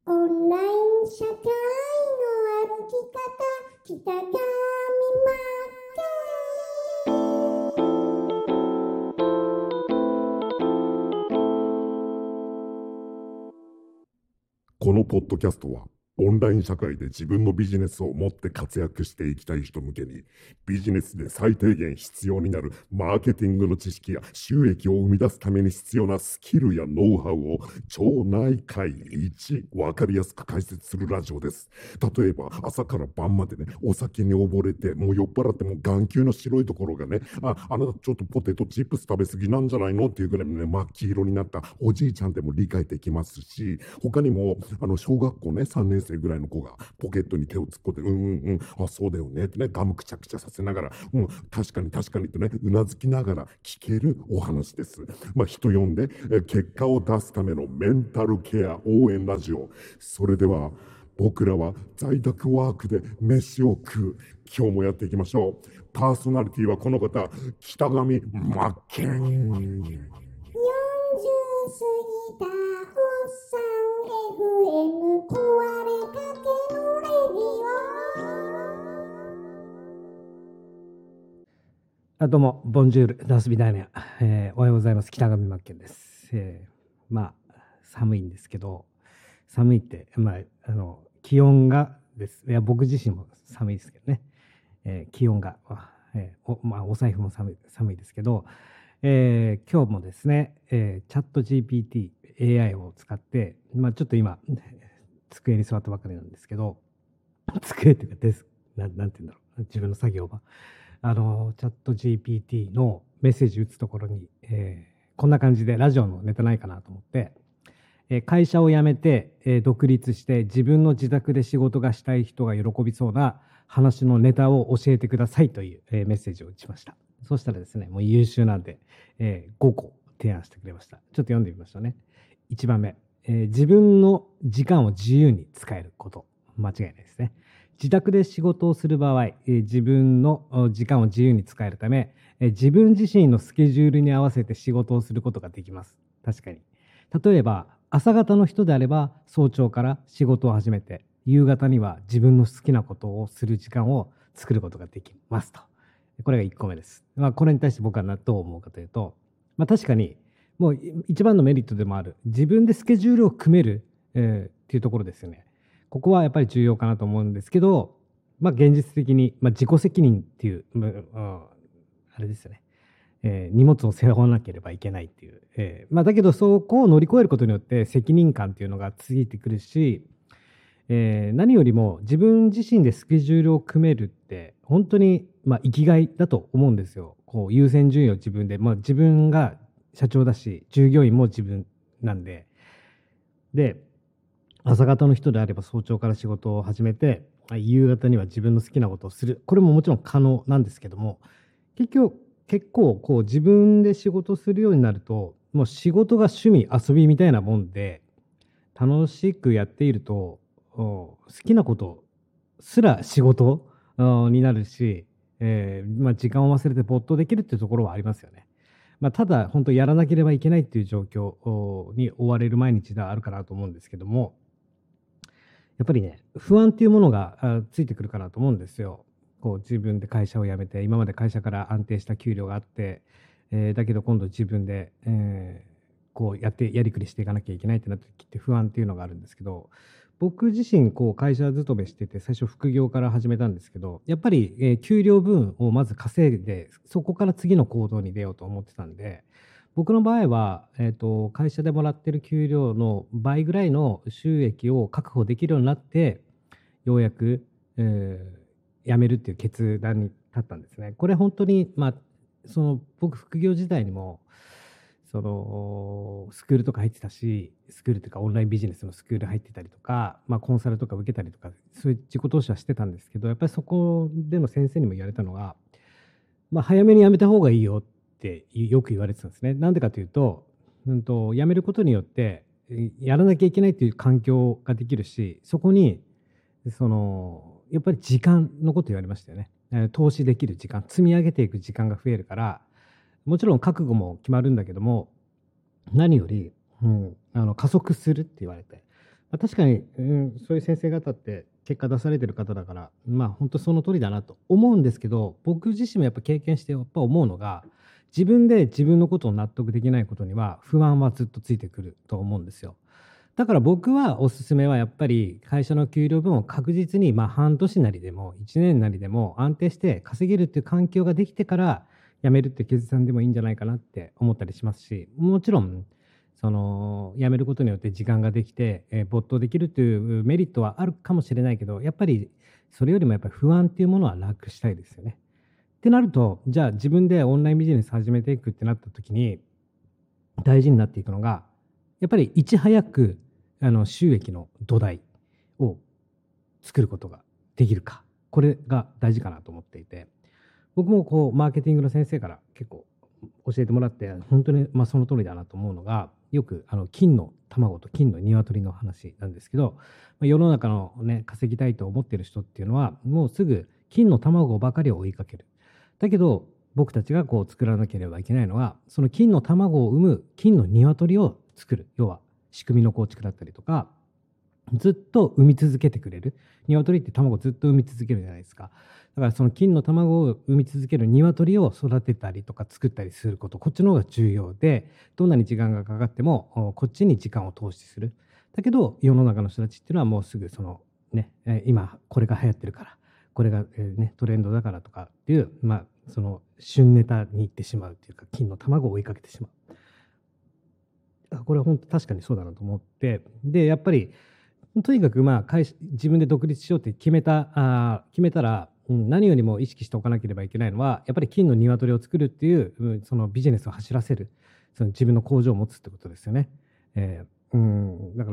オンライン社会の歩き方、北上このポッドキャストはオンライン社会で自分のビジネスを持って活躍していきたい人向けに、ビジネスで最低限必要になるマーケティングの知識や収益を生み出すために必要なスキルやノウハウを町内会一分かりやすく解説するラジオです。例えば朝から晩までね、お酒に溺れてもう酔っ払っても眼球の白いところがね、あなたちょっとポテトチップス食べ過ぎなんじゃないのっていうぐらいね、真っ黄色になったおじいちゃんでも理解できますし、他にも小学校ね3年生ぐらいの子がポケットに手を突っ込んであそうだよねってね、ガムくちゃくちゃさせながら確かに確かにとねうなずきながら聞けるお話です。人呼んで結果を出すためのメンタルケア応援ラジオ。それでは僕らは在宅ワークで飯を食う、今日もやっていきましょう。パーソナリティはこの方、北上真剣。 40過ぎたおっさん FM 壊れかけのレディオ。 どうもボンジュールダースビダイナ、おはようございます。北上真剣です。寒いんですけど、寒いって気温がです。いや僕自身も寒いですけどね、気温が、お財布も寒いですけど、今日もですね、チャット GPT AI を使って、ちょっと今机に座ったばかりなんですけど、机っていうかなんて言うんだろう、自分の作業場、チャット GPT のメッセージ打つところに、こんな感じでラジオのネタないかなと思って、会社を辞めて、独立して自分の自宅で仕事がしたい人が喜びそうな話のネタを教えてくださいという、メッセージを打ちました。そしたらですね、もう優秀なんで、5個提案してくれました。ちょっと読んでみましょうね。1番目、自分の時間を自由に使えること。間違いないですね。自宅で仕事をする場合、自分の時間を自由に使えるため、自分自身のスケジュールに合わせて仕事をすることができます。確かに。例えば朝方の人であれば早朝から仕事を始めて、夕方には自分の好きなことをする時間を作ることができますと。これが1個目です。これに対して僕はどう思うかというと、確かにもう一番のメリットでもある自分でスケジュールを組める、っていうところですよね。ここはやっぱり重要かなと思うんですけど、現実的に、自己責任っていう、あれですよね。荷物を背負わなければいけないっていう、だけどそこを乗り越えることによって責任感っていうのがついてくるし、何よりも自分自身でスケジュールを組めるって本当に生きがいだと思うんですよ。こう優先順位を自分で、自分が社長だし従業員も自分なんで、朝方の人であれば早朝から仕事を始めて、夕方には自分の好きなことをする。これももちろん可能なんですけども、結構こう自分で仕事するようになると、もう仕事が趣味遊びみたいなもんで、楽しくやっていると好きなことすら仕事になるし、時間を忘れて没頭できるっていうところはありますよね。ただ本当やらなければいけないっていう状況に追われる毎日ではあるかなと思うんですけども、やっぱりね、不安っていうものがついてくるかなと思うんですよ。こう自分で会社を辞めて、今まで会社から安定した給料があって、だけど今度自分で、こうやりくりしていかなきゃいけないってなった時って不安っていうのがあるんですけど、僕自身こう会社勤めしてて、最初副業から始めたんですけど、やっぱり、給料分をまず稼いで、そこから次の行動に出ようと思ってたんで、僕の場合は、会社でもらってる給料の倍ぐらいの収益を確保できるようになって、ようやく、辞めるっていう決断に立ったんですね。これ本当に、僕副業時代にもスクールとか入ってたし、スクールというかオンラインビジネスのスクール入ってたりとか、コンサルとか受けたりとか、そういう自己投資はしてたんですけど、やっぱりそこでの先生にも言われたのが、早めに辞めた方がいいよってよく言われてたんですね。なんでかというと、辞めることによってやらなきゃいけないという環境ができるし、そこにやっぱり時間のこと言われましたよね。投資できる時間、積み上げていく時間が増えるから、もちろん覚悟も決まるんだけども、何より、加速するって言われて、 確かに、そういう先生方って結果出されてる方だから、本当その通りだなと思うんですけど、僕自身もやっぱ経験してやっぱ思うのが、自分で自分のことを納得できないことには不安はずっとついてくると思うんですよ。だから僕はおすすめはやっぱり会社の給料分を確実に半年なりでも1年なりでも安定して稼げるっていう環境ができてから辞めるって決断でもいいんじゃないかなって思ったりしますし、もちろんその辞めることによって時間ができて、没頭できるというメリットはあるかもしれないけど、やっぱりそれよりもやっぱり不安っていうものはなくしたいですよね。ってなると、じゃあ自分でオンラインビジネス始めていくってなった時に大事になっていくのが、やっぱりいち早く収益の土台を作ることができるか、これが大事かなと思っていて、僕もマーケティングの先生から結構教えてもらって、本当にその通りだなと思うのが、よく金の卵と金の鶏の話なんですけど、世の中のね、稼ぎたいと思っている人っていうのは、もうすぐ金の卵ばかりを追いかける。だけど、僕たちが作らなければいけないのは、その金の卵を産む金の鶏を作る。要は、仕組みの構築だったりとか、ずっと産み続けてくれる。鶏って卵をずっと産み続けるじゃないですか。だからその金の卵を産み続ける鶏を育てたりとか作ったりすること、こっちの方が重要で、どんなに時間がかかっても、こっちに時間を投資する。だけど、世の中の人たちっていうのはもうすぐ今これが流行ってるから、これが、トレンドだからとかっていう、その旬ネタに行ってしまうっていうか、金の卵を追いかけてしまう。これは本当確かにそうだなと思って、で、やっぱり、とにかく自分で独立しようって決めたら、何よりも意識しておかなければいけないのは、やっぱり金の鶏を作るっていう、そのビジネスを走らせる、その自分の工場を持つってことですよね。だから、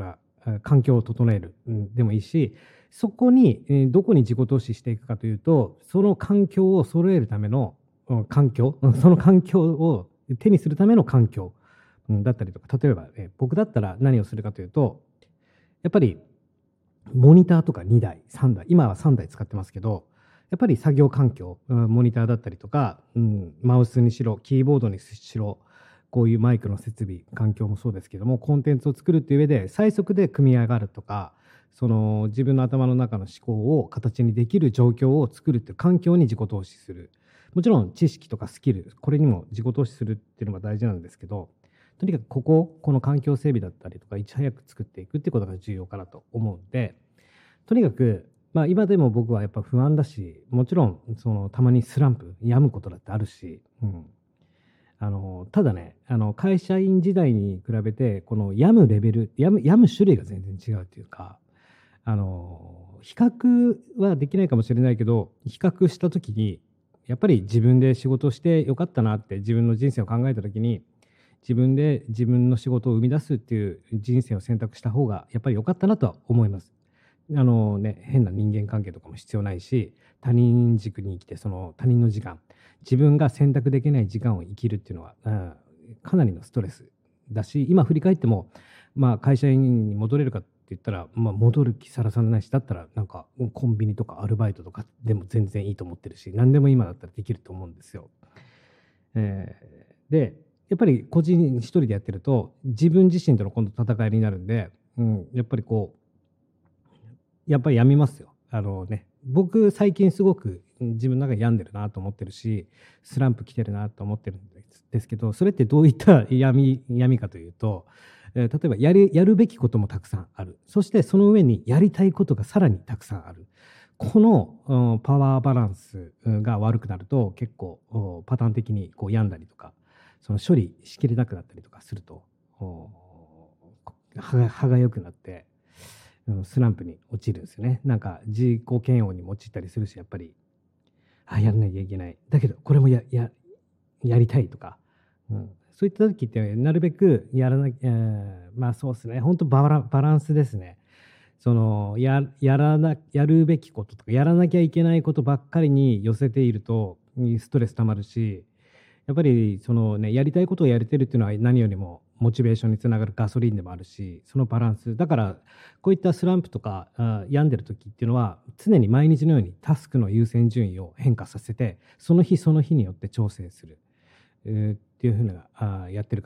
環境を整える、でもいいし、そこに、どこに自己投資していくかというと、その環境を揃えるための、その環境を手にするための環境、だったりとか、例えば、僕だったら何をするかというと、やっぱりモニターとか2台、3台、今は3台使ってますけど、やっぱり作業環境、モニターだったりとか、マウスにしろ、キーボードにしろ、こういうマイクの設備、環境もそうですけども、コンテンツを作るっていう上で、最速で組み上がるとか、その自分の頭の中の思考を形にできる状況を作るっていう環境に自己投資する。もちろん知識とかスキル、これにも自己投資するっていうのが大事なんですけど、とにかくこの環境整備だったりとか、いち早く作っていくっていうことが重要かなと思うんで、とにかく、今でも僕はやっぱ不安だし、もちろん、たまにスランプ、病むことだってあるし、ただね、会社員時代に比べて、この病むレベル、病む種類が全然違うというか、比較はできないかもしれないけど、比較したときに、やっぱり自分で仕事してよかったなって自分の人生を考えたときに、自分で自分の仕事を生み出すっていう人生を選択した方がやっぱり良かったなとは思います。変な人間関係とかも必要ないし、他人軸に生きて、その他人の時間、自分が選択できない時間を生きるっていうのは、かなりのストレスだし、今振り返っても、会社員に戻れるかって言ったら、戻る気さらさらないし、だったらなんかコンビニとかアルバイトとかでも全然いいと思ってるし、何でも今だったらできると思うんですよ。で、やっぱり個人一人でやってると、自分自身との今度戦いになるんで、やっぱりやっぱり病みますよ。僕最近すごく自分の中で病んでるなと思ってるし、スランプ来てるなと思ってるんですけど、それってどういった病みかというと、例えばやるべきこともたくさんある。そしてその上にやりたいことがさらにたくさんある。このパワーバランスが悪くなると結構パターン的に病んだりとか、その処理しきれなくなったりとかすると、歯が良くなって、スランプに陥るんですよね。なんか自己嫌悪に陥ったりするし、やっぱり、やんなきゃいけない。だけど、これもやりたいとか、そういった時って、なるべくやらなきゃ、そうですね。本当バランスですね。やるべきこととか、やらなきゃいけないことばっかりに寄せていると、ストレス溜まるし、やっぱりやりたいことをやれてるっていうのは何よりもモチベーションにつながるガソリンでもあるし、そのバランスだから、こういったスランプとか病んでる時っていうのは常に毎日のようにタスクの優先順位を変化させて、その日その日によって調整する、っていうふうなやってるかなっ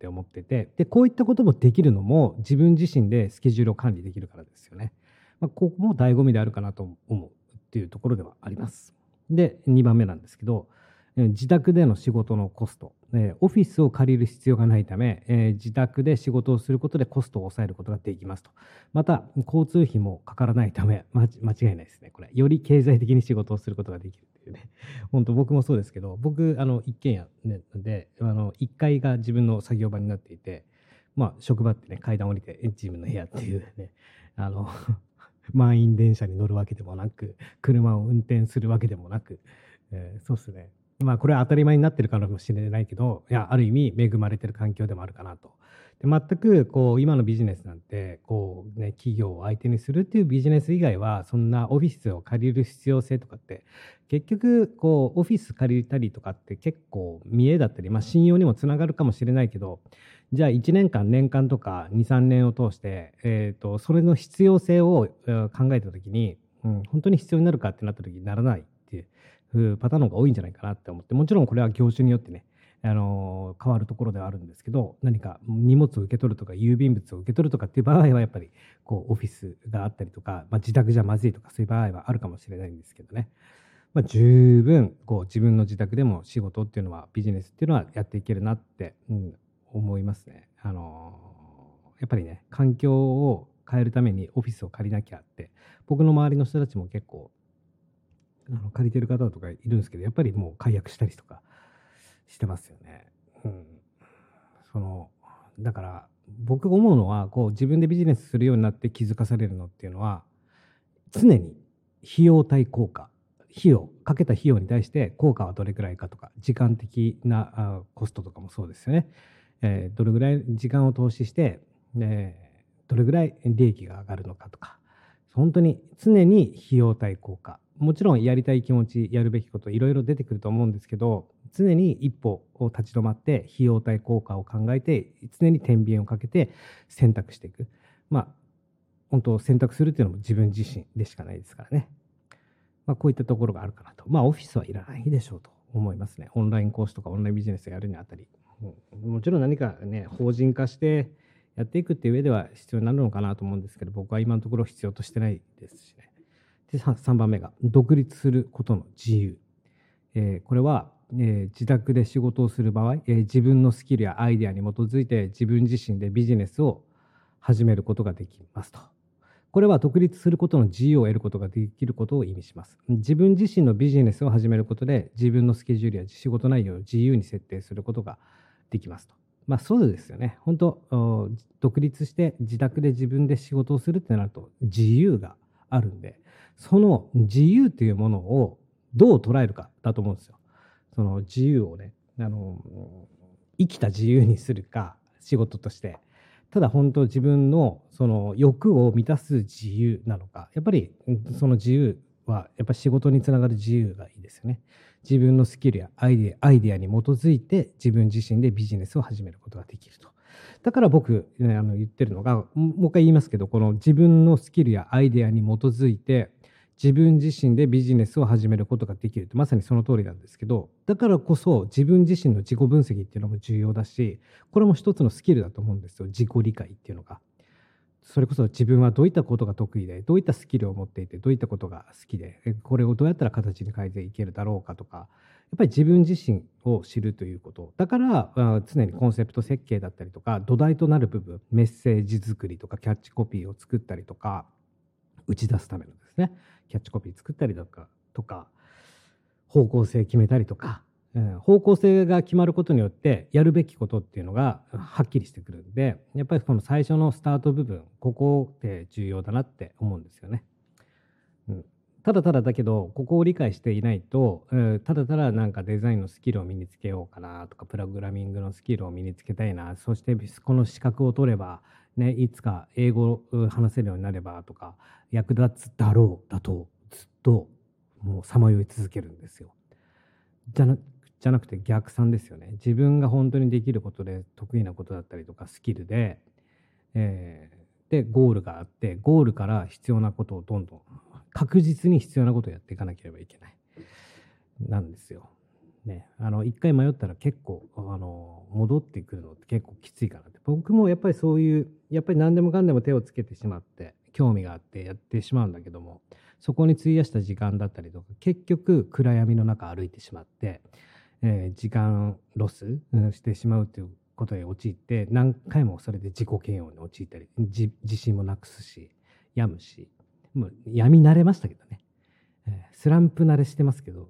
って思ってて、で、こういったこともできるのも自分自身でスケジュールを管理できるからですよね。ここも醍醐味であるかなと思うっていうところではあります。で、2番目なんですけど、自宅での仕事のコスト、オフィスを借りる必要がないため、自宅で仕事をすることでコストを抑えることができますと。また、交通費もかからないため、間違いないですね、これ。より経済的に仕事をすることができるっていうね。本当僕もそうですけど、僕、一軒家、ね、で、1階が自分の作業場になっていて、職場ってね、階段降りて自分の部屋っていうね、満員電車に乗るわけでもなく、車を運転するわけでもなく、そうですね。これは当たり前になってるかもしれないけど、いや、ある意味恵まれてる環境でもあるかなと。で、全く今のビジネスなんて企業を相手にするっていうビジネス以外はそんなオフィスを借りる必要性とかって結局オフィス借りたりとかって結構見栄だったり、信用にもつながるかもしれないけど、じゃあ1年間年間とか2、3年を通して、それの必要性を考えた時に、本当に必要になるかってなった時にならないっていうパターンの方が多いんじゃないかなって思って、もちろんこれは業種によってね、変わるところではあるんですけど、何か荷物を受け取るとか郵便物を受け取るとかっていう場合はやっぱりオフィスがあったりとか、自宅じゃまずいとかそういう場合はあるかもしれないんですけどね、十分自分の自宅でも仕事っていうのはビジネスっていうのはやっていけるなって、思いますね。やっぱりね、環境を変えるためにオフィスを借りなきゃって、僕の周りの人たちも結構借りてる方とかいるんですけど、やっぱりもう解約したりとかしてますよね。だから僕が思うのは自分でビジネスするようになって気づかされるのっていうのは、常に費用対効果、かけた費用に対して効果はどれくらいかとか、時間的なコストとかもそうですよね。どれぐらい時間を投資して、どれぐらい利益が上がるのかとか、本当に常に費用対効果、もちろんやりたい気持ち、やるべきこといろいろ出てくると思うんですけど、常に一歩を立ち止まって費用対効果を考えて、常に天秤をかけて選択していく。本当選択するっていうのも自分自身でしかないですからね。こういったところがあるかなと。オフィスはいらないでしょうと思いますね。オンライン講師とかオンラインビジネスをやるにあたり。もちろん何かね、法人化してやっていくっていう上では必要になるのかなと思うんですけど、僕は今のところ必要としてないですしね。で、3番目が、独立することの自由。これは、自宅で仕事をする場合、自分のスキルやアイデアに基づいて自分自身でビジネスを始めることができますと。これは独立することの自由を得ることができることを意味します。自分自身のビジネスを始めることで自分のスケジュールや仕事内容を自由に設定することができますと。そうですよね。本当、独立して自宅で自分で仕事をするってなると自由があるんで、その自由というものをどう捉えるかだと思うんですよ。その自由をね、生きた自由にするか、仕事として。ただ本当自分のその欲を満たす自由なのか、やっぱりその自由はやっぱり仕事につながる自由がいいですよね。自分のスキルやアイデアに基づいて自分自身でビジネスを始めることができると。だから僕、言ってるのが、もう一回言いますけど、この自分のスキルやアイデアに基づいて自分自身でビジネスを始めることができるってまさにその通りなんですけど、だからこそ自分自身の自己分析っていうのも重要だし、これも一つのスキルだと思うんですよ。自己理解っていうのが。それこそ自分はどういったことが得意で、どういったスキルを持っていて、どういったことが好きで、これをどうやったら形に変えていけるだろうかとか、やっぱり自分自身を知るということ。だから常にコンセプト設計だったりとか、土台となる部分、メッセージ作りとか、キャッチコピーを作ったりとか、打ち出すためのですね、キャッチコピー作ったりとか、方向性決めたりとか、方向性が決まることによってやるべきことっていうのがはっきりしてくるんで、やっぱりこの最初のスタート部分、ここって重要だなって思うんですよね。ただただだけど、ここを理解していないと、ただただなんかデザインのスキルを身につけようかなとか、プログラミングのスキルを身につけたいな、そしてこの資格を取れば、ね、いつか英語を話せるようになればとか、役立つだろうだとずっともうさまよい続けるんですよ。じゃなくて逆算ですよね。自分が本当にできることで得意なことだったりとかスキルで、でゴールがあって、ゴールから必要なことをどんどん確実に必要なことをやっていかなければいけないなんですよ。 ね、一回迷ったら結構、戻ってくるのって結構きついかなって。僕もやっぱりそういう、やっぱり何でもかんでも手をつけてしまって、興味があってやってしまうんだけども、そこに費やした時間だったりとか、結局暗闇の中歩いてしまって、時間ロス、してしまうということに陥って、何回もそれで自己嫌悪に陥ったり、自信もなくすし、病むし、もう病み慣れましたけどね。スランプ慣れしてますけど、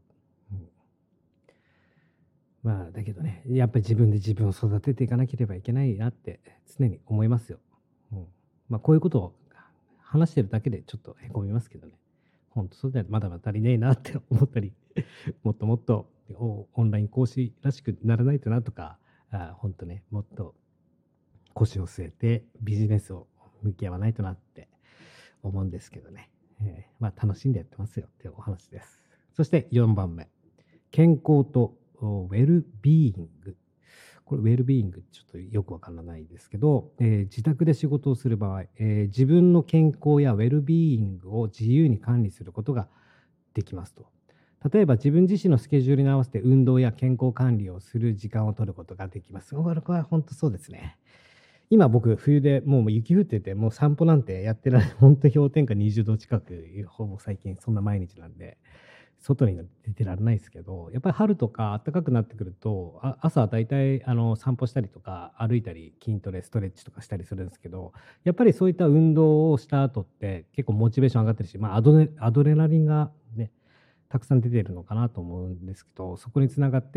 まあだけどね、やっぱり自分で自分を育てていかなければいけないなって常に思いますよ。まあこういうことを話してるだけでちょっとへこみますけどね。本当そうだよ、まだまだ足りねえなって思ったり、もっともっとオンライン講師らしくならないとなとか、本当ね、もっと腰を据えてビジネスを向き合わないとなって思うんですけどね。まあ楽しんでやってますよっていうお話です。そして4番目。健康とウェルビーイング。これウェルビーイングちょっとよくわからないですけど、自宅で仕事をする場合、自分の健康やウェルビーイングを自由に管理することができますと。例えば自分自身のスケジュールに合わせて運動や健康管理をする時間を取ることができます。これは本当そうですね。今僕冬でもう雪降っててもう散歩なんてやってられない。本当氷点下20度近く、ほぼ最近そんな毎日なんで、外に出てられないですけど、やっぱり春とか暖かくなってくると、朝だいたい散歩したりとか歩いたり筋トレ、ストレッチとかしたりするんですけど、やっぱりそういった運動をした後って結構モチベーション上がってるし、アドレナリンがね、たくさん出てるのかなと思うんですけど、そこにつながって、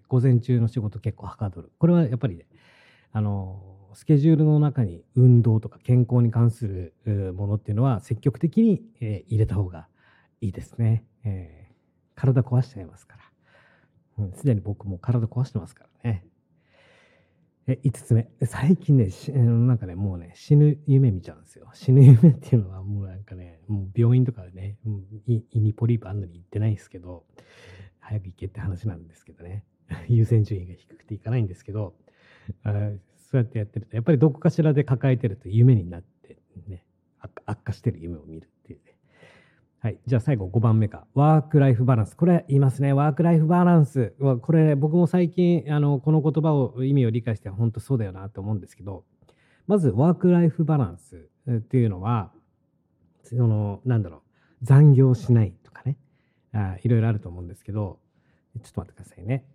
午前中の仕事結構はかどる。これはやっぱりね、スケジュールの中に運動とか健康に関するものっていうのは積極的に、入れた方がいいですね。体壊しちゃいますから。すでに僕も体壊してますからね。5つ目。最近ね、なんかね、もうね、死ぬ夢見ちゃうんですよ。死ぬ夢っていうのはもうなんかね、もう病院とかでね、胃にポリープあんのに行ってないんですけど、早く行けって話なんですけどね。優先順位が低くていかないんですけど、そうやってやってると、やっぱりどこかしらで抱えてると夢になってね、悪化してる夢を見るっていうね。はい。じゃあ最後5番目か。ワークライフバランス。これ言いますね。ワークライフバランスは、これ僕も最近、この言葉を、意味を理解して本当そうだよなと思うんですけど、まずワークライフバランスっていうのは、なんだろう、残業しないとかね、いろいろあると思うんですけど、ちょっと待ってくださいね。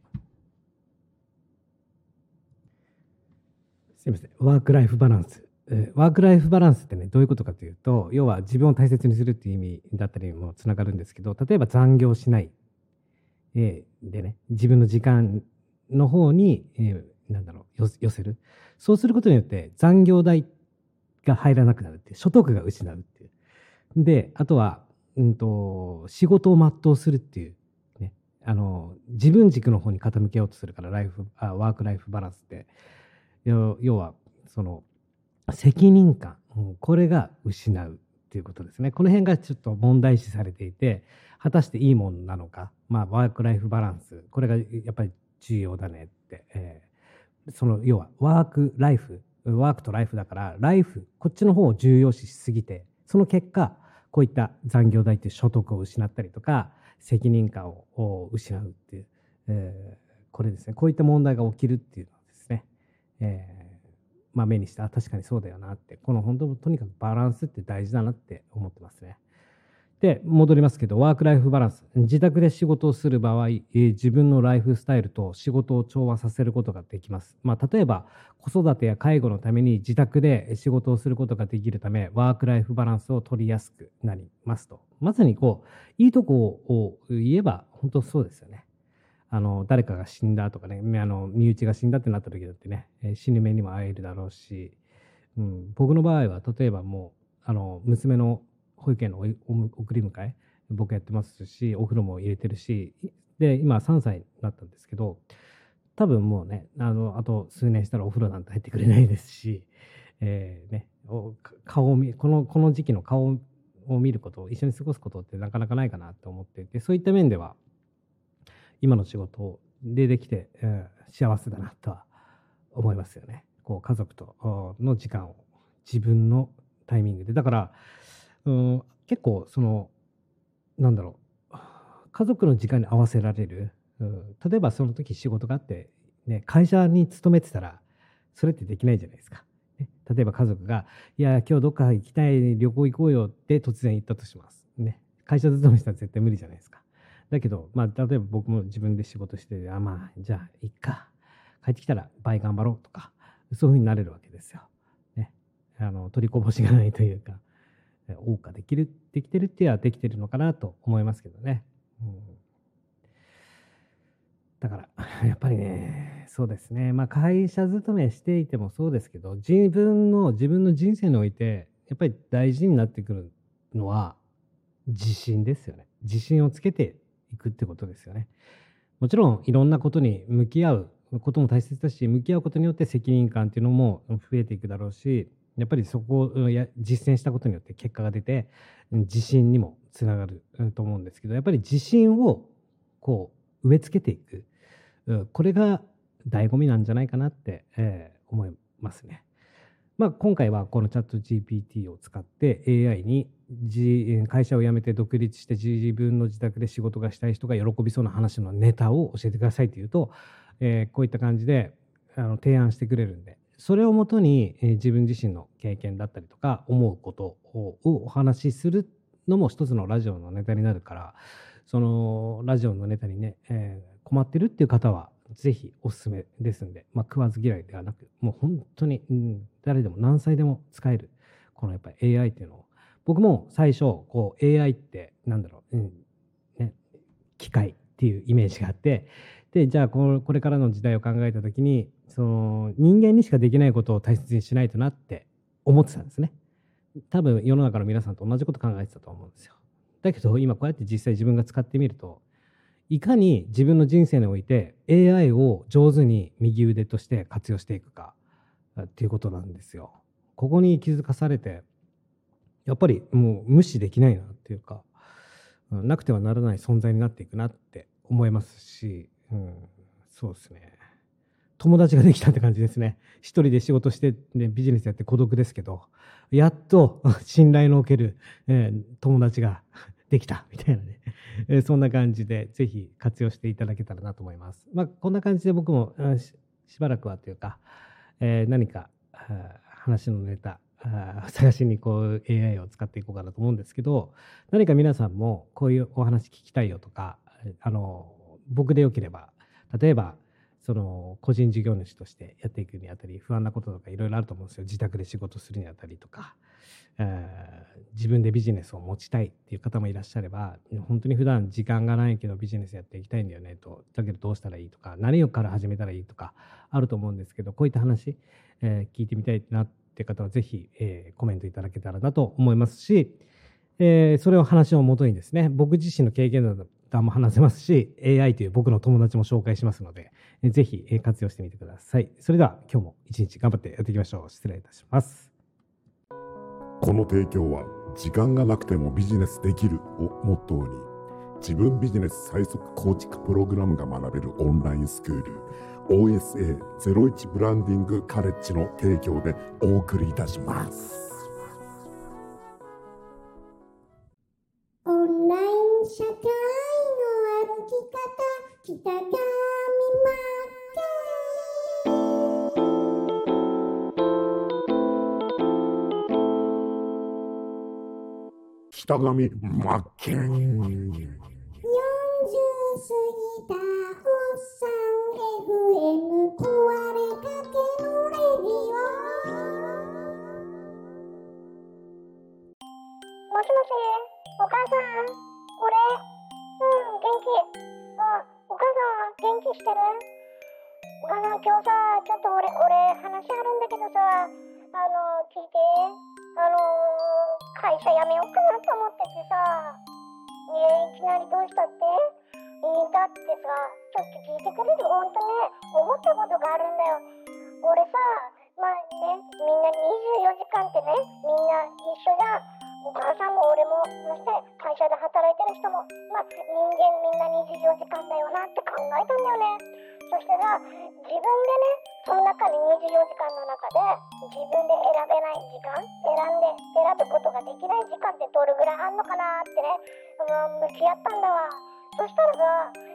すいません。ワークライフバランス。ワークライフバランスってね、どういうことかというと、要は自分を大切にするっていう意味だったりもつながるんですけど、例えば残業しない。でね、自分の時間の方に、寄せる。そうすることによって残業代が入らなくなるっていう、所得が失うっていう。で、あとは、仕事を全うするっていう、ね、自分軸の方に傾けようとするから、ワークライフバランスって。要は、責任感、これが失うっていうことですね。この辺がちょっと問題視されていて、果たしていいものなのか、ワークライフバランス、これがやっぱり重要だねって。要は、ワークとライフだから、ライフ、こっちの方を重要視しすぎて、その結果、こういった残業代っていう所得を失ったりとか、責任感を失うっていう、これですね、こういった問題が起きるっていうのはですね、目にして、確かにそうだよなって、本当とにかくバランスって大事だなって思ってますね。で、戻りますけど、ワークライフバランス。自宅で仕事をする場合、自分のライフスタイルと仕事を調和させることができます。例えば、子育てや介護のために自宅で仕事をすることができるため、ワークライフバランスを取りやすくなりますと。まさにいいとこを言えば、本当そうですよね。誰かが死んだとかね、身内が死んだってなった時だってね、死ぬ目にも会えるだろうし、僕の場合は、例えばもう、娘の保育園の送り迎え、僕やってますし、お風呂も入れてるし、で、今3歳になったんですけど、多分もうね、あと数年したらお風呂なんて入ってくれないですし、顔をこの時期の顔を見ること、一緒に過ごすことってなかなかないかなと思っていて、そういった面では、今の仕事でできて、幸せだなとは思いますよね。家族との時間を自分のタイミングで。だから、結構家族の時間に合わせられる、 例えばその時仕事があって、ね、会社に勤めてたらそれってできないじゃないですか。ね、例えば家族が「いや今日どっか行きたい、旅行行こうよ」って突然言ったとします。ね、会社勤めしたら絶対無理じゃないですか。だけど、例えば僕も自分で仕事してじゃあいっか、帰ってきたら倍頑張ろうとか、そういう風になれるわけですよ。ね、取りこぼしがないというか、謳歌できてるって言えばできてるのかなと思いますけどね。だからやっぱりね、そうですね、会社勤めしていてもそうですけど、自分の人生においてやっぱり大事になってくるのは自信ですよね。自信をつけていくってことですよね。もちろんいろんなことに向き合うことも大切だし、向き合うことによって責任感っていうのも増えていくだろうし、やっぱりそこを実践したことによって結果が出て、自信にもつながると思うんですけど、やっぱり自信をこう植え付けていく、これが醍醐味なんじゃないかなって、思いますね。今回はこのチャット GPT を使って AI に会社を辞めて独立して自分の自宅で仕事がしたい人が喜びそうな話のネタを教えてくださいというと、こういった感じで提案してくれるんで、それをもとに、自分自身の経験だったりとか思うことをお話しするのも一つのラジオのネタになるから、そのラジオのネタにね、困ってるっていう方はぜひおすすめですんで、食わず嫌いではなく、もう本当に、誰でも何歳でも使える、このやっぱり AI っていうのを、僕も最初、こう AI ってね、機械っていうイメージがあって、で、じゃあこれからの時代を考えたときに、その人間にしかできないことを大切にしないとなって思ってたんですね。多分世の中の皆さんと同じこと考えてたと思うんですよ。だけど今こうやって実際自分が使ってみると、いかに自分の人生において AI を上手に右腕として活用していくかっていうことなんですよ。ここに気づかされて、やっぱりもう無視できないなっていうか、なくてはならない存在になっていくなって思いますし、そうですね。友達ができたって感じですね。一人で仕事して、ね、ビジネスやって孤独ですけど、やっと信頼のおける、友達ができたみたいなね、そんな感じでぜひ活用していただけたらなと思います。こんな感じで僕もしばらくはというか、何か話のネタ探しにこう AI を使っていこうかなと思うんですけど、何か皆さんもこういうお話聞きたいよとか、僕でよければ、例えばその個人事業主としてやっていくにあたり不安なこととかいろいろあると思うんですよ。自宅で仕事するにあたりとか、自分でビジネスを持ちたいっていう方もいらっしゃれば、本当に普段時間がないけどビジネスやっていきたいんだよねと、だけどどうしたらいいとか、何から始めたらいいとかあると思うんですけど、こういった話、聞いてみたいなって方はぜひ、コメントいただけたらなと思いますし、それを話をもとにですね、僕自身の経験談も話せますし、AI という僕の友達も紹介しますので、ぜひ活用してみてください。それでは今日も一日頑張ってやっていきましょう。失礼いたします。 この提供は時間がなくてもビジネスできるをモットーに自分ビジネス最速構築プログラムが学べるオンラインスクール OSA01 ブランディングカレッジの提供でお送りいたします。 オンライン社会の歩き方、北上北上真剣 40過ぎたおっさん FM 壊れかけのレディオ。もしもし、お母さん、俺、元気。お母さん、元気してる？お母さん、今日さ、ちょっと俺話あるんだけどさ、聞いて。会社辞めようかなと思っててさ。いきなりどうしたって？だってさ、ちょっと聞いてくれる？ほんとね、思ったことがあるんだよ。俺さ、みんな24時間ってね、みんな一緒じゃん。お母さんも俺も、そして会社で働いてる人も、人間みんな24時間だよなって考えたんだよね。そしてさ、自分でね、その中に24時間の中で自分で選べない時間、選ぶことができない時間ってどれぐらいあんのかなってね、向き合ったんだわ。そしたらさ、一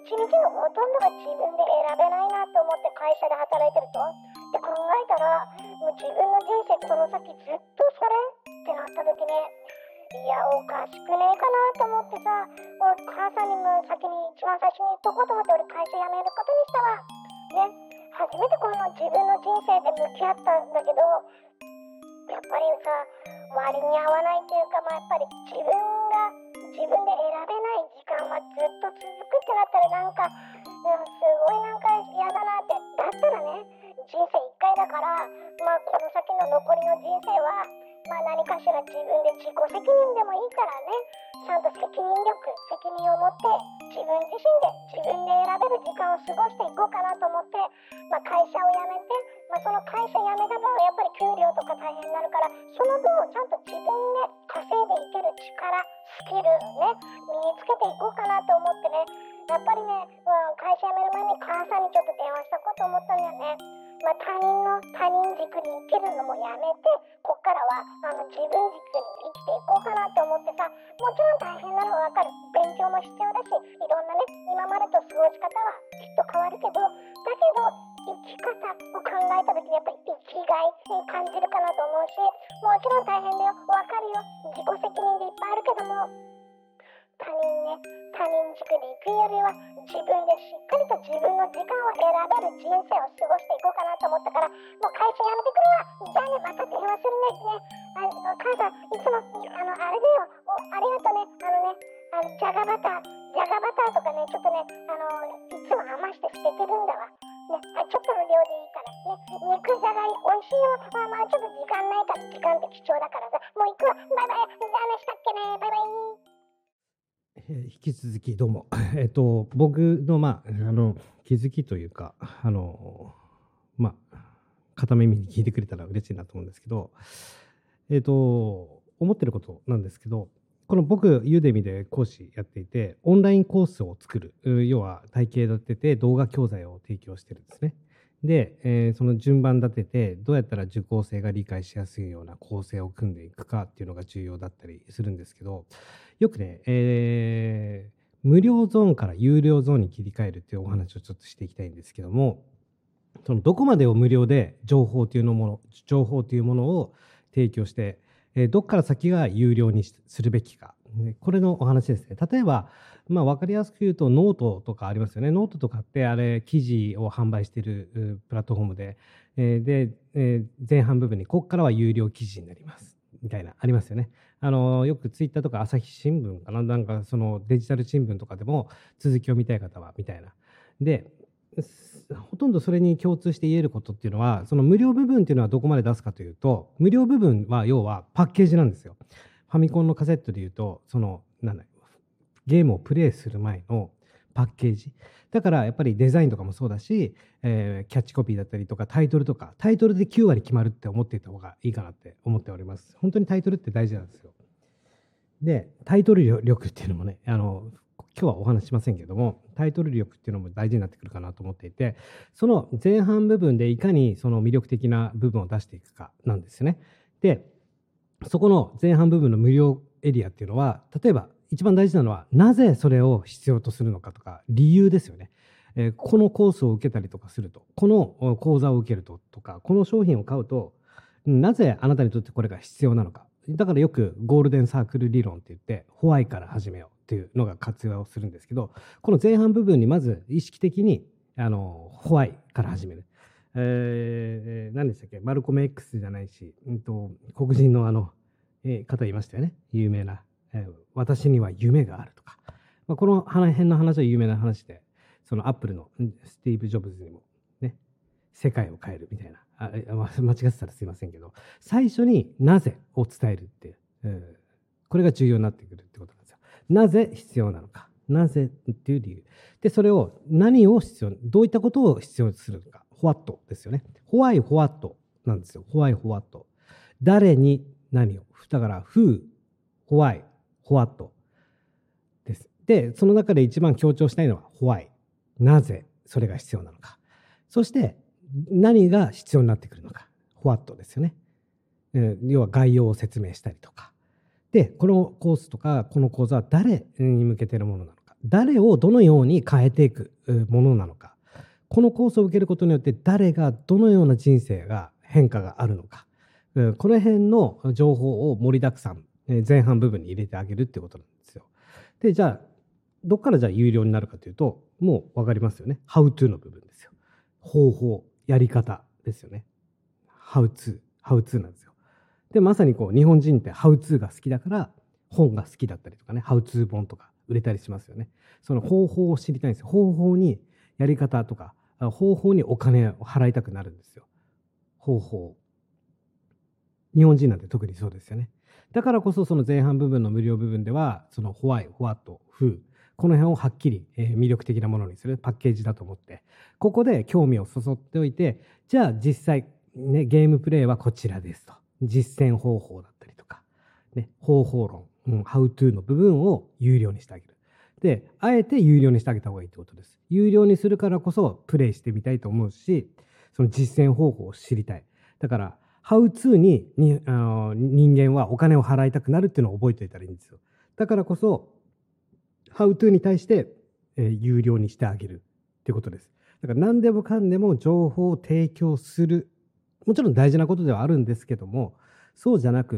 日のほとんどが自分で選べないなと思って会社で働いてると。で考えたら、もう自分の人生この先ずっとそれってなった時ね、いやおかしくねえかなと思ってさ、俺母さんにも先に一番最初に言っとこうと思って俺会社辞めることにしたわ。ね、初めてこの自分の人生で向き合ったんだけど、やっぱりさ、割に合わないというか、やっぱり自分で選べない時間はずっと続くってなったらなんか、すごいなんか嫌だなって。だったらね、人生一回だから、この先の残りの人生は、何かしら自分で自己責任でもいいからね、ちゃんと責任を持って自分自身で自分で選べる時間を過ごしていこうかなと思って、会社を辞めて、その会社辞めた分やっぱり給料とか大変になるから、その分をちゃんと自分で稼いでいける力、スキルね、身につけていこうかなと思ってね、やっぱりね、会社辞める前に母さんにちょっと電話したこと思ったんだよね。他人軸に生きるのもやめて、こっからは自分軸に生きていこうかなと思ってさ、もちろん大変なのはわかる。勉強も必要だし、いろんなね、今までと過ごし方はきっと変わるけど、だけど生き方を考えた時にやっぱり生きがいに感じるかなと思うし、もちろん大変だよ、わかるよ、自己責任でいっぱいあるけども、他人軸で行くよりは自分でしっかりと自分の時間を選べる人生を過ごしていこうかなと思ったから、もう会社辞めてくるわ。じゃあね、また電話するね。母さんいつもあれだよ、ありがとね。じゃがバターとかね、ちょっとね、いつも余して捨ててるんだわね。ちょっとの量でいいからね。肉じゃがい美味しいよ。ちょっと時間ないから、時間って貴重だからさ、もう行くわ。バイバイ。じゃあね、したっけね。バイバイ。 引き続きどうも、僕の気づきというか片耳に聞いてくれたら嬉しいなと思うんですけど、思ってることなんですけど、この僕ユーデミで講師やっていて、オンラインコースを作る、要は体系立てて動画教材を提供してるんですね。で、その順番立ててどうやったら受講生が理解しやすいような構成を組んでいくかっていうのが重要だったりするんですけど、よくね、無料ゾーンから有料ゾーンに切り替えるっていうお話をちょっとしていきたいんですけども、そのどこまでを無料で情報というものを提供して、どっから先が有料にするべきか、これのお話ですね。例えば分かりやすく言うとノートとかありますよね。ノートとかってあれ記事を販売しているプラットフォームで、前半部分にここからは有料記事になりますみたいなありますよね。よくツイッターとか朝日新聞かな、なんかそのデジタル新聞とかでも続きを見たい方はみたいな。でほとんどそれに共通して言えることっていうのは、その無料部分っていうのはどこまで出すかというと、無料部分は要はパッケージなんですよ。ファミコンのカセットでいうと、ゲームをプレイする前のパッケージだから、やっぱりデザインとかもそうだし、キャッチコピーだったりとかタイトルで9割決まるって思っていた方がいいかなって思っております。本当にタイトルって大事なんですよ。でタイトル力っていうのもね、今日はお話ししませんけども、タイトル力っていうのも大事になってくるかなと思っていて、その前半部分でいかにその魅力的な部分を出していくかなんですよね。でそこの前半部分の無料エリアっていうのは、例えば一番大事なのはなぜそれを必要とするのかとか理由ですよね。このコースを受けたりとかすると、この講座を受けるととか、この商品を買うとなぜあなたにとってこれが必要なのか。だからよくゴールデンサークル理論って言って、ホワイから始めようっていうのが活用するんですけど、この前半部分にまず意識的にホワイから始める。何でしたっけ、マルコム X じゃないし、黒人の方いましたよね、有名な、私には夢があるとか、この辺の話は有名な話で、そのアップルのスティーブ・ジョブズにもね、世界を変えるみたいな、間違ってたらすいませんけど、最初になぜを伝えるっていう、これが重要になってくるってことなんですよ。なぜ必要なのか、なぜっていう理由で、それを何を必要、どういったことを必要とするのか、ホワットですよね。ホワイホワットなんですよ。ホワイホワット、誰に何を、だから Who、Why、What です。でその中で一番強調したいのは Why、 なぜそれが必要なのか、そして何が必要になってくるのか、 What ですよね。要は概要を説明したりとかで、このコースとかこの講座は誰に向けているものなのか、 誰をどのように変えていくものなのか、このコースを受けることによって誰がどのような人生が変化があるのか、この辺の情報を盛りだくさん、前半部分に入れてあげるっていうことなんですよ。で、じゃあどっからじゃあ有料になるかというと、もう分かりますよね。How to の部分ですよ。方法、やり方ですよね。How to なんですよ。で、まさにこう日本人って How to が好きだから本が好きだったりとかね、How to 本とか売れたりしますよね。その方法を知りたいんですよ。方法にやり方とか、方法にお金を払いたくなるんですよ。方法。日本人なんて特にそうですよね。だからこそその前半部分の無料部分では、その Why、What、Who、この辺をはっきり魅力的なものにするパッケージだと思って、ここで興味をそそっておいて、じゃあ実際、ね、ゲームプレイはこちらですと。実践方法だったりとか、ね、方法論、How to の部分を有料にしてあげる。で、あえて有料にしてあげた方がいいってことです。有料にするからこそプレイしてみたいと思うし、その実践方法を知りたい。だから、How to に人間はお金を払いたくなるっていうのを覚えておいたらいいんですよ。だからこそ、How to に対して、有料にしてあげるっていうことです。だから何でもかんでも情報を提供する。もちろん大事なことではあるんですけども、そうじゃなくって、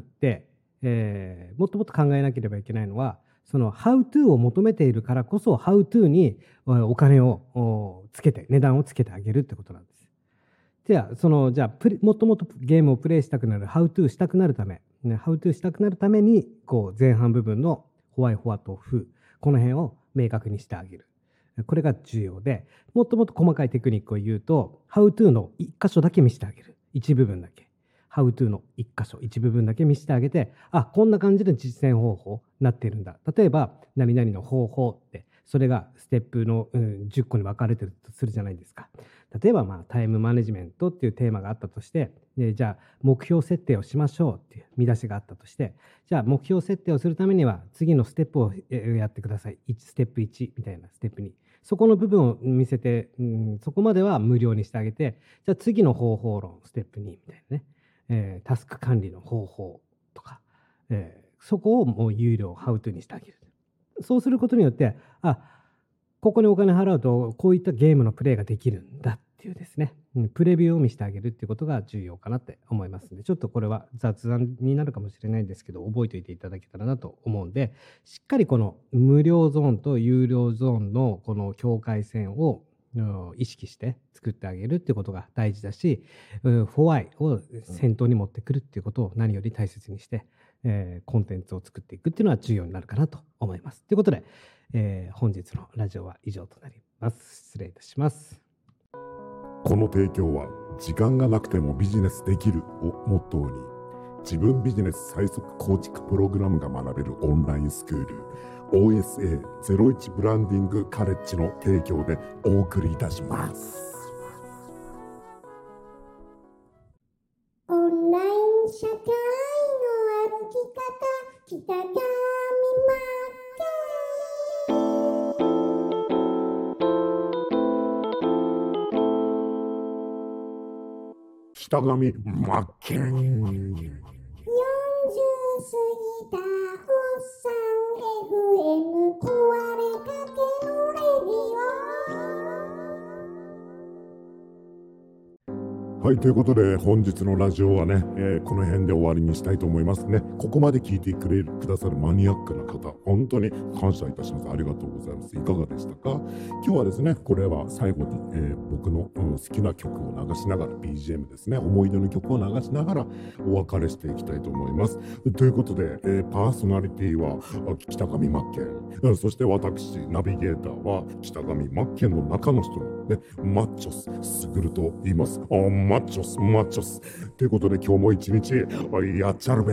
もっともっと考えなければいけないのは、その How to を求めているからこそ How to にお金をつけて、値段をつけてあげるってことなんです。じゃあ、もっともっとゲームをプレイしたくなる、How to したくなるため、How to したくなるために、こう前半部分の Why、What、Who、この辺を明確にしてあげる。これが重要で、もっともっと細かいテクニックを言うと、How to の一箇所だけ見せてあげる。一部分だけ。How to の一箇所、一部分だけ見せてあげて、こんな感じで実践方法になっているんだ。例えば、何々の方法って、それがステップの、10個に分かれてるとするじゃないですか。例えば、タイムマネジメントっていうテーマがあったとして、じゃあ、目標設定をしましょうっていう見出しがあったとして、じゃあ、目標設定をするためには、次のステップをやってください。ステップ1みたいなステップ2。そこの部分を見せて、そこまでは無料にしてあげて、じゃあ次の方法論、ステップ2みたいなね、タスク管理の方法とか、そこをもう有料、How to にしてあげる。そうすることによって、ここにお金払うと、こういったゲームのプレイができるんだっていうですね、プレビューを見せてあげるっていうことが重要かなって思いますので、ちょっとこれは雑談になるかもしれないんですけど、覚えておいていただけたらなと思うんで、しっかりこの無料ゾーンと有料ゾーンのこの境界線を意識して作ってあげるっていうことが大事だし、Why を先頭に持ってくるっていうことを何より大切にして、コンテンツを作っていくっていうのは重要になるかなと思います。ということで、本日のラジオは以上となります。失礼いたします。 この提供は時間がなくてもビジネスできるをモットーに自分ビジネス最速構築プログラムが学べるオンラインスクール OSA01 ブランディングカレッジの提供でお送りいたします。 オンライン社会の歩き方、北上北上真剣 40過ぎたおっさん FM 壊れかけのレディオ。 はい、ということで本日のラジオはね、この辺で終わりにしたいと思いますね。ここまで聞いてくださるマニアックな方、本当に感謝いたします。ありがとうございます。いかがでしたか？今日はですね、これは最後に、僕の、好きな曲を流しながら BGM ですね、思い出の曲を流しながらお別れしていきたいと思います。ということで、パーソナリティは北上真剣、そして私ナビゲーターは北上真剣の中の人のね、マッチョスすぐると言います。マッチョスということで今日も一日やっちゃるべ。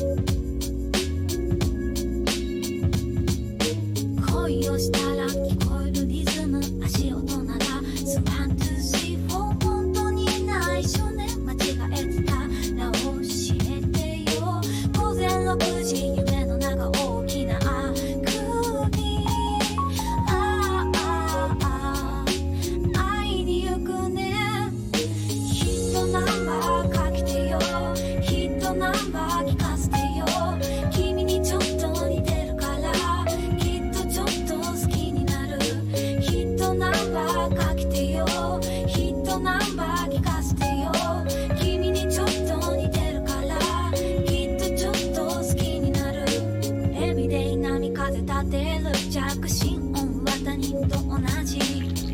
恋をしたら聞こ同じ